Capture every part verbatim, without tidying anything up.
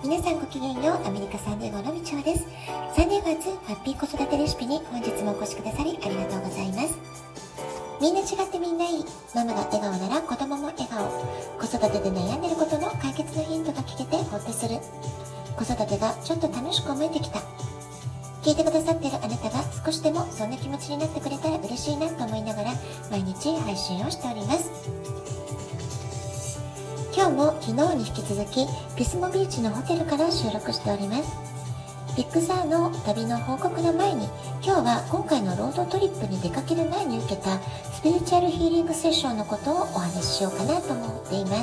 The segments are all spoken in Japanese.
皆さんごきげんよう。アメリカサンディエゴのみちおです。サンディエゴ発ハッピー子育てレシピに本日もお越しくださりありがとうございます。みんな違ってみんないい。ママが笑顔なら子供も笑顔。子育てで悩んでることの解決のヒントが聞けてほっとする。子育てがちょっと楽しく思えてきた。聞いてくださっているあなたが少しでもそんな気持ちになってくれたら嬉しいなと思いながら毎日配信をしております。今日も昨日に引き続きピスモビーチのホテルから収録しております。ビッグサーの旅の報告の前に、今日は今回のロードトリップに出かける前に受けたスピリチュアルヒーリングセッションのことをお話ししようかなと思っています。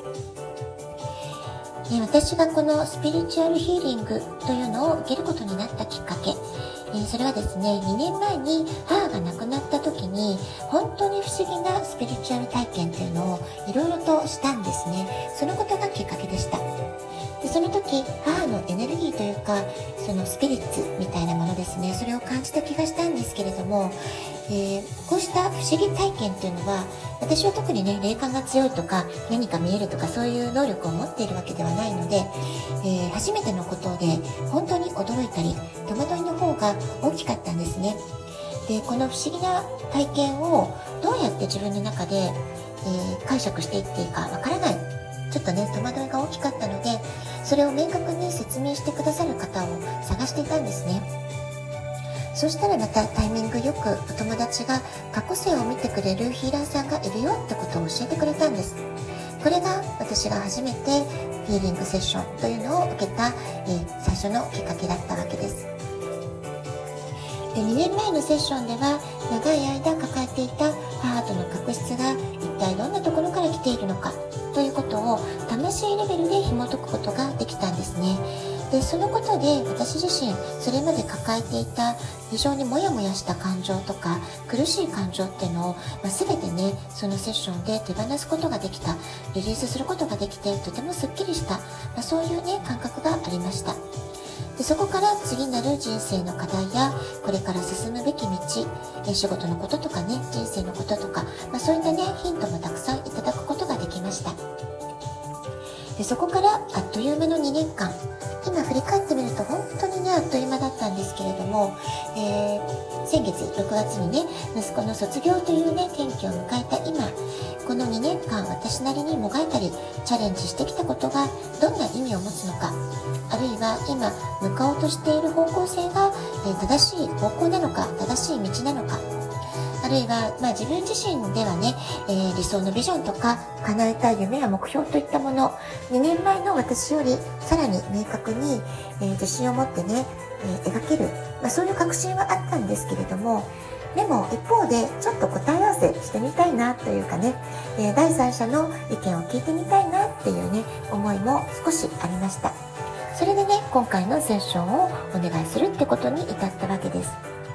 私がこのスピリチュアルヒーリングというのを受けることになったきっかけ、それはですね、にねんまえに母が亡くなった時に本当に不思議なスピリチュアル体験っていうのをいろいろとしたんですね。そのことがきっかけでした。でその時、母のエネルギーというか、そのスピリッツみたいなものですね、それを感じた気がしたんですけれども、えー、こうした不思議体験っていうのは、私は特にね、霊感が強いとか何か見えるとかそういう能力を持っているわけではないので、えー、初めてのことで本当に驚いたり戸惑いの方が大きかったんですね。でこの不思議な体験をどうやって自分の中で、えー、解釈していっていいかわからない、ちょっとね戸惑いが大きかったので、それを明確に説明してくださる方を探していたんですね。そしたらまたタイミングよくお友達が過去世を見てくれるヒーラーさんがいるよってことを教えてくれたんです。これが私が初めてヒーリングセッションというのを受けた、えー、最初のきっかけだったわけです。でにねんまえのセッションでは長い間抱えていた母との確執が一体どんなところから来ているのかということを魂レベルで紐解くことができたんですね。でそのことで私自身それまで抱えていた非常にモヤモヤした感情とか苦しい感情っていうのを、まあ、全てねそのセッションで手放すことができた、リリースすることができてとてもすっきりした、まあ、そういうね感覚がありました。でそこから次なる人生の課題やこれから進むべき道、え仕事のこととかね人生のこととか、まあ、そういったねヒントもたくさんいただくことができました。でそこからあっという間のにねんかん、今振り返ってみると本当にねあっという間だったんですけれども、えー、先月ろくがつにね息子の卒業というね転機を迎えた今、このにねんかん私なりにもがいたりチャレンジしてきたことがどんな意味を持つのか、あるいは今向かおうとしている方向性が、えー、正しい方向なのか正しい道なのか、あるいは、まあ、自分自身ではね、えー、理想のビジョンとか叶えたい夢や目標といったもの、にねんまえの私よりさらに明確に、えー、自信を持ってね、えー、描ける、まあ、そういう確信はあったんですけれども、でも一方でちょっと答え合わせしてみたいなというかね、えー、第三者の意見を聞いてみたいなっていうね思いも少しありました。それでね今回のセッションをお願いするってことに至ったわけです。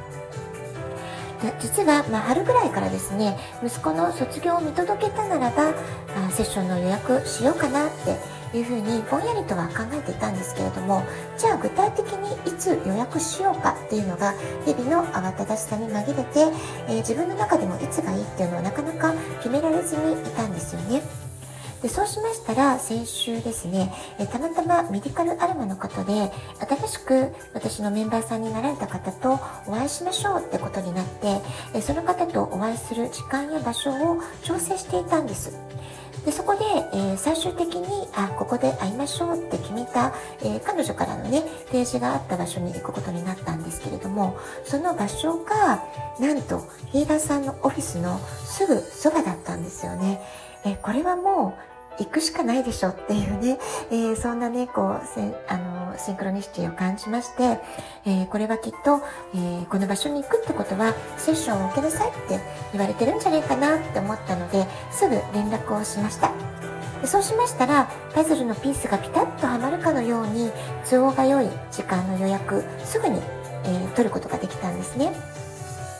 実は、まあ、春ぐらいからですね、息子の卒業を見届けたならばあセッションの予約しようかなっていうふうにぼんやりとは考えていたんですけれども、じゃあ具体的にいつ予約しようかっていうのが日々の慌ただしさに紛れて、えー、自分の中でもいつがいいっていうのはなかなか決められずにいたんですよね。でそうしましたら先週ですね、えたまたまメディカルアロマの方で新しく私のメンバーさんになられた方とお会いしましょうってことになって、えその方とお会いする時間や場所を調整していたんです。でそこで、えー、最終的にあここで会いましょうって決めた、えー、彼女からのね提示があった場所に行くことになったんですけれども、その場所がなんとヒーラーさんのオフィスのすぐそばだったんですよね。えー、これはもう行くしかないでしょっていうね、えー、そんなねこうせあのシンクロニシティを感じまして、えー、これはきっと、えー、この場所に行くってことはセッションを受けなさいって言われてるんじゃないかなって思ったので、すぐ連絡をしました。でそうしましたらパズルのピースがピタッとはまるかのように都合が良い時間の予約すぐに、えー、取ることができたんですね。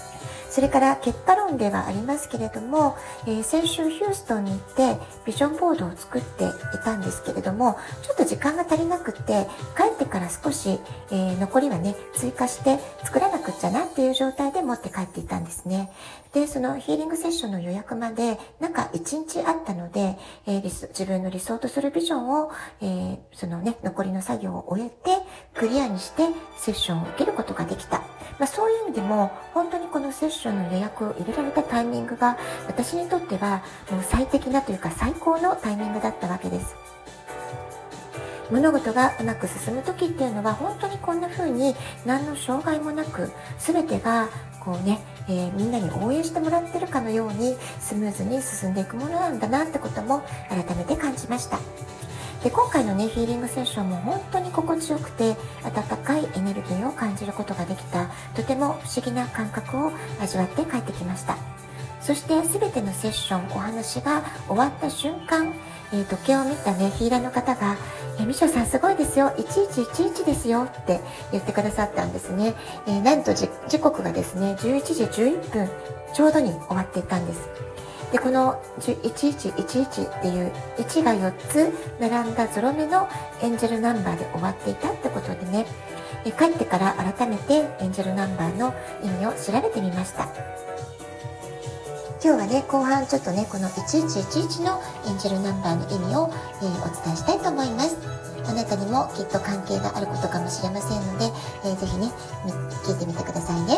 それから結果論ではありますけれども、えー、先週ヒューストンに行ってビジョンボードを作っていたんですけれども、ちょっと時間が足りなくって帰ってから少し、えー、残りはね追加して作らなくっちゃなっていう状態で持って帰っていたんですね。でそのヒーリングセッションの予約までなんかいちにちあったので、えー、自分の理想とするビジョンを、えー、そのね残りの作業を終えてクリアにしてセッションを受けることができた。まあ、そういう意味でも本当にこのセッションの予約を入れられたタイミングが私にとってはもう最適なというか最高のタイミングだったわけです。物事がうまく進む時っていうのは本当にこんな風に何の障害もなく全てがこうね、えー、みんなに応援してもらってるかのようにスムーズに進んでいくものなんだなってことも改めて感じました。で今回のねヒーリングセッションも本当に心地よくて温かいエネルギーを感じることができた、とても不思議な感覚を味わって帰ってきました。そして全てのセッションお話が終わった瞬間、えー、時計を見たねヒーラーの方がえミショさんすごいですよ、いちいちいちいちですよって言ってくださったんですね。えー、なんと時刻がですねじゅういちじじゅういっぷんちょうどに終わっていたんです。でこのいちいちいちいちっていういちがよっつ並んだゾロ目のエンジェルナンバーで終わっていたってことでね、え帰ってから改めてエンジェルナンバーの意味を調べてみました。今日はね後半ちょっとねこのいちいちいちいちのエンジェルナンバーの意味を、えー、お伝えしたいと思います。あなたにもきっと関係があることかもしれませんので、えー、ぜひね聞いてみてくださいね。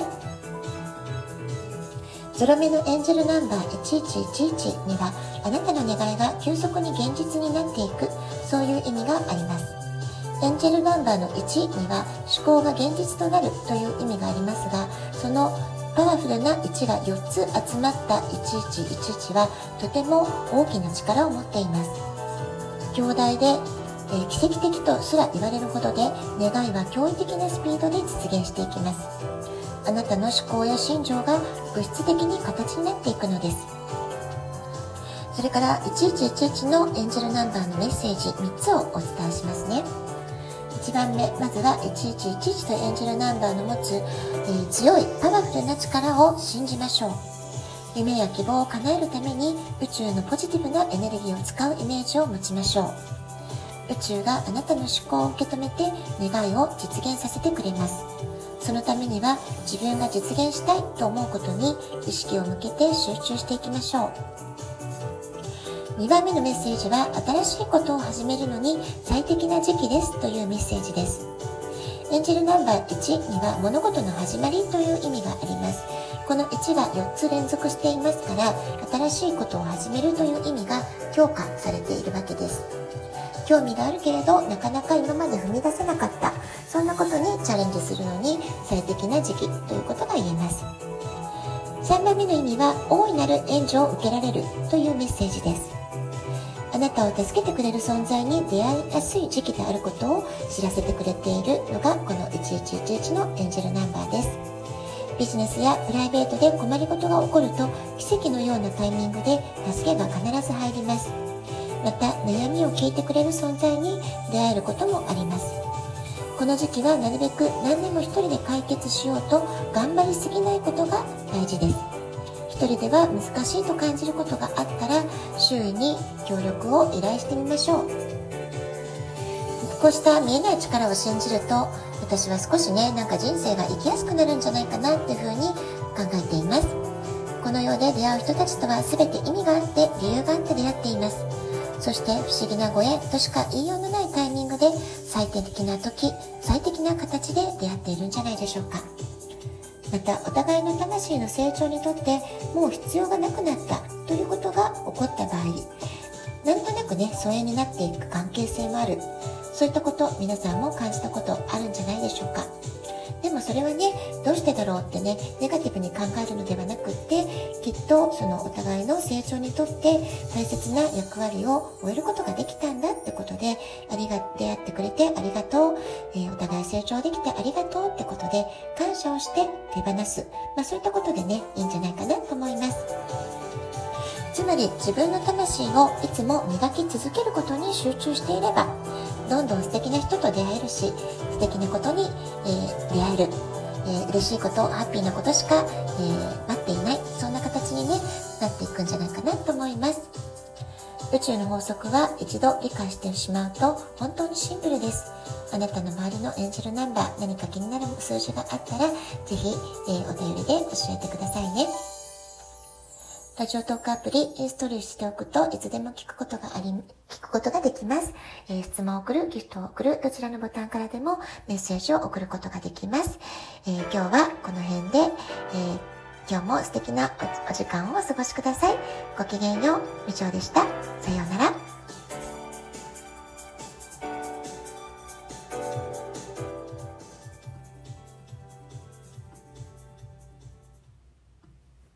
ゾロ目のエンジェルナンバーいちいちいちいちにはあなたの願いが急速に現実になっていく、そういう意味があります。エンジェルナンバーのいちには思考が現実となるという意味がありますが、そのパワフルないちがよっつ集まったいちいちいちいちはとても大きな力を持っています。兄弟で、えー、奇跡的とすら言われるほどで願いは驚異的なスピードで実現していきます。あなたの思考や心情が物質的に形になっていくのです。それからいちいちいちいちのエンジェルナンバーのメッセージみっつをお伝えしますね。いちばんめ、まずはいちいちいちいちというエンジェルナンバーの持つ、えー、強いパワフルな力を信じましょう。夢や希望を叶えるために宇宙のポジティブなエネルギーを使うイメージを持ちましょう。宇宙があなたの思考を受け止めて願いを実現させてくれます。そのためには自分が実現したいと思うことに意識を向けて集中していきましょう。にばんめのメッセージは新しいことを始めるのに最適な時期ですというメッセージです。エンジェルナンバーいちには物事の始まりという意味があります。このいちがよっつ連続していますから、新しいことを始めるという意味が強化されているわけです。興味があるけれどなかなか今まで踏み出せなかった、そんなことにチャレンジするのに最適な時期ということが言えます。さんばんめの意味は大いなる援助を受けられるというメッセージです。あなたを助けてくれる存在に出会いやすい時期であることを知らせてくれているのがこのいちいちいちいちのエンジェルナンバーです。ビジネスやプライベートで困りごとが起こると奇跡のようなタイミングで助けが必ず入ります。また悩みを聞いてくれる存在に出会えることもあります。この時期はなるべく何でも一人で解決しようと頑張りすぎないことが大事です。一人では難しいと感じることがあったら周囲に協力を依頼してみましょう。こうした見えない力を信じると私は少しねなんか人生が生きやすくなるんじゃないかなっていうふうに考えています。この世で出会う人たちとは全て意味があって理由があって出会っています。そして不思議なご縁としか言いようのないタイミングで最適な時、最適な形で出会っているんじゃないでしょうか。またお互いの魂の成長にとってもう必要がなくなったということが起こった場合、なんとなくね疎遠になっていく関係性もある、そういったこと皆さんも感じたことあるんじゃないでしょうか。でもそれはねどうしてだろうってねネガティブに考えるのではなくって、きっとそのお互いの成長にとって大切な役割を終えることができたんだってことで、ありが出会ってくれてありがとう、えー、お互い成長できてありがとうってことで感謝をして手放す、まあ、そういったことでねいいんじゃないかなと思います。つまり自分の魂をいつも磨き続けることに集中していればどんどん素敵な人と出会えるし、素敵なことに、えー、出会える、えー、嬉しいことハッピーなことしか、えー、待っていない、そんな形に、ね、なっていくんじゃないかなと思います。宇宙の法則は一度理解してしまうと本当にシンプルです。あなたの周りのエンジェルナンバー、何か気になる数字があったら、ぜひ、えー、お便りで教えてくださいね。ラジオトークアプリインストールしておくといつでも聞くことがあり、聞くことができます。えー、質問を送る、ギフトを送る、どちらのボタンからでもメッセージを送ることができます。えー、今日はこの辺で、えー、今日も素敵なお時間をお過ごしください。ごきげんよう、みちょうでした。さようなら。